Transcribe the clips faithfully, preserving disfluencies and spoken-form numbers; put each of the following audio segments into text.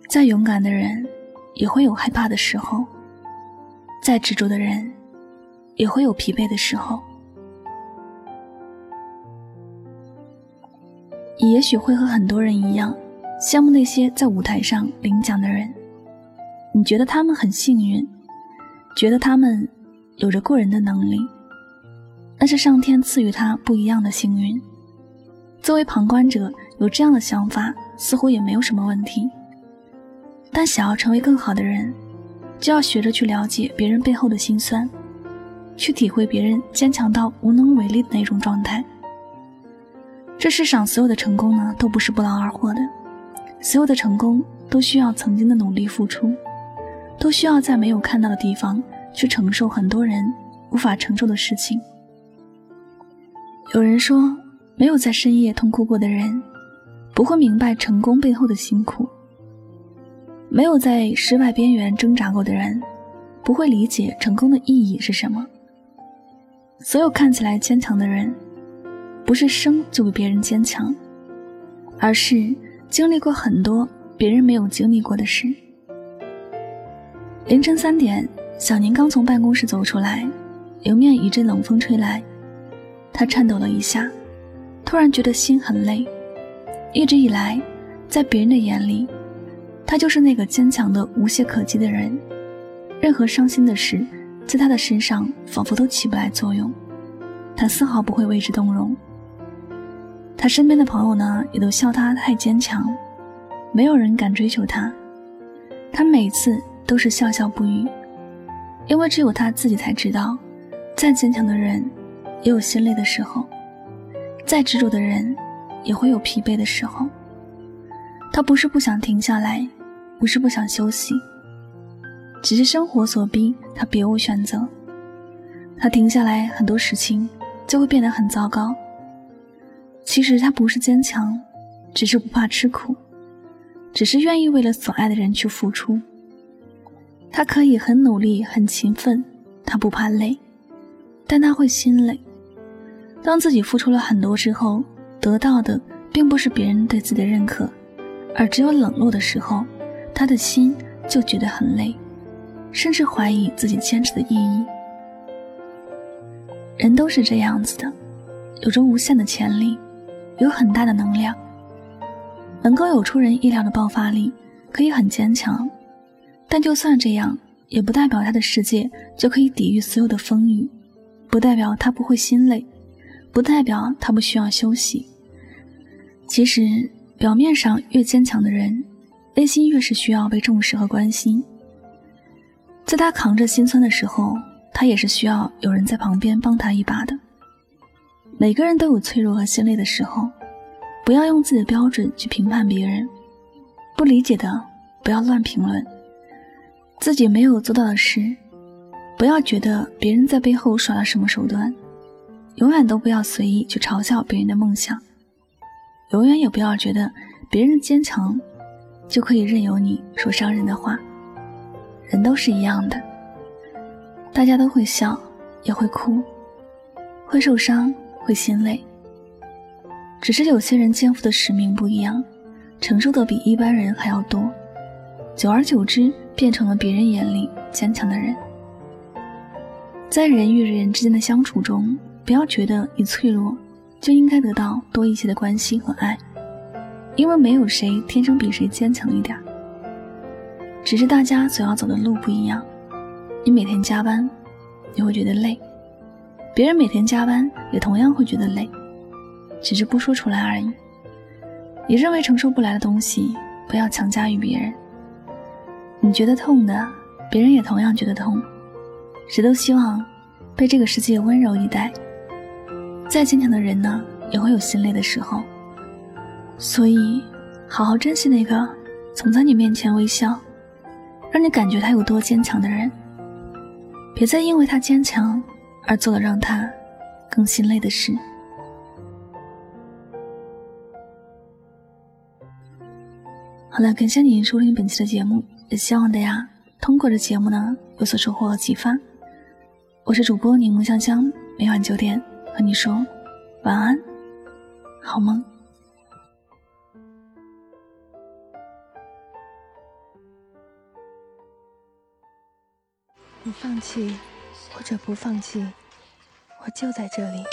再勇敢的人也会有害怕的时候，再执着的人也会有疲惫的时候。你也许会和很多人一样，羡慕那些在舞台上领奖的人，你觉得他们很幸运，觉得他们有着过人的能力，那是上天赐予他不一样的幸运。作为旁观者，有这样的想法似乎也没有什么问题，但想要成为更好的人，就要学着去了解别人背后的辛酸，去体会别人坚强到无能为力的那种状态。这世上所有的成功呢，都不是不劳而获的，所有的成功都需要曾经的努力付出，都需要在没有看到的地方去承受很多人无法承受的事情。有人说，没有在深夜痛哭过的人，不会明白成功背后的辛苦；没有在失败边缘挣扎过的人，不会理解成功的意义是什么。所有看起来坚强的人，不是生就比别人坚强，而是经历过很多别人没有经历过的事。凌晨三点，小宁刚从办公室走出来，迎面一阵冷风吹来，他颤抖了一下，突然觉得心很累。一直以来，在别人的眼里，他就是那个坚强的无懈可击的人，任何伤心的事在他的身上仿佛都起不来作用，他丝毫不会为之动容。他身边的朋友呢，也都笑他太坚强，没有人敢追求他。他每次都是笑笑不语，因为只有他自己才知道，再坚强的人也有心累的时候，再执着的人也会有疲惫的时候。他不是不想停下来，不是不想休息，只是生活所逼，他别无选择。他停下来，很多事情就会变得很糟糕。其实他不是坚强，只是不怕吃苦，只是愿意为了所爱的人去付出。他可以很努力很勤奋，他不怕累，但他会心累。当自己付出了很多之后，得到的并不是别人对自己的认可，而只有冷落的时候，他的心就觉得很累，甚至怀疑自己坚持的意义。人都是这样子的，有着无限的潜力，有很大的能量，能够有出人意料的爆发力，可以很坚强，但就算这样，也不代表他的世界就可以抵御所有的风雨，不代表他不会心累，不代表他不需要休息。其实表面上越坚强的人，内心越是需要被重视和关心。在他扛着心酸的时候，他也是需要有人在旁边帮他一把的。每个人都有脆弱和心累的时候，不要用自己的标准去评判别人，不理解的不要乱评论，自己没有做到的事，不要觉得别人在背后耍了什么手段，永远都不要随意去嘲笑别人的梦想，永远也不要觉得别人的坚强就可以任由你说伤人的话。人都是一样的，大家都会笑，也会哭，会受伤，会心累，只是有些人肩负的使命不一样，承受的比一般人还要多，久而久之变成了别人眼里坚强的人。在人与人之间的相处中，不要觉得你脆弱就应该得到多一些的关心和爱，因为没有谁天生比谁坚强一点，只是大家所要走的路不一样。你每天加班，你会觉得累，别人每天加班也同样会觉得累，只是不说出来而已。你认为承受不来的东西，不要强加于别人。你觉得痛的，别人也同样觉得痛，谁都希望被这个世界温柔以待。再坚强的人呢，也会有心累的时候，所以好好珍惜那个总在你面前微笑，让你感觉他有多坚强的人，别再因为他坚强而做了让他更心累的事。好了，感谢你收听本期的节目，也希望大家通过这节目呢有所收获和启发。我是主播柠檬香香，每晚九点和你说晚安，好梦。 放弃或者不放弃，我就在这里。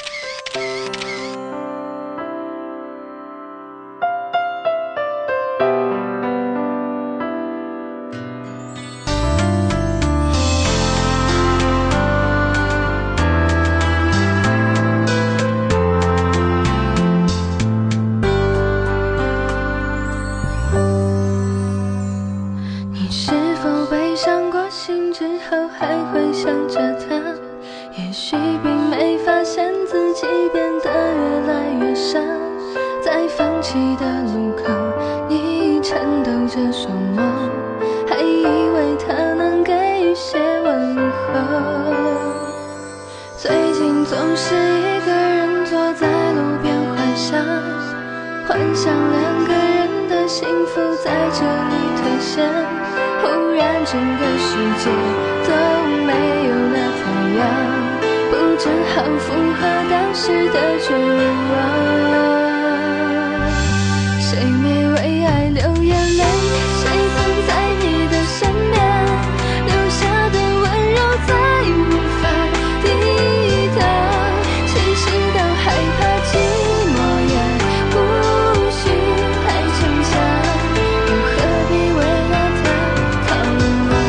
你是否被伤过心之后还会想着他？也许并没发现自己变得越来越傻，在放弃的路口，你颤抖着双眸，还以为他能给予些问候。最近总是一个人坐在路边幻想，幻想两个人的幸福在这里兑现。忽然整个世界都没有了太阳，不正好符合当时的绝望？谁没为爱流眼泪？谁曾在你的身边留下的温柔再无法抵挡？清醒到害怕寂寞也不需太逞强，又何必为了他逃亡？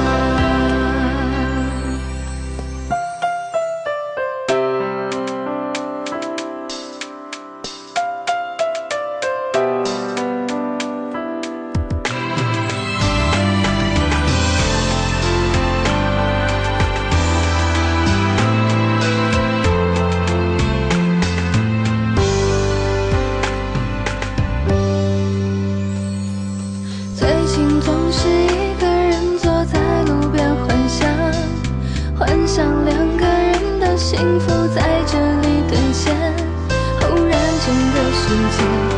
最近总是一个人坐在路边幻想，幻想两个人的幸福在这里兑现。忽然整个世界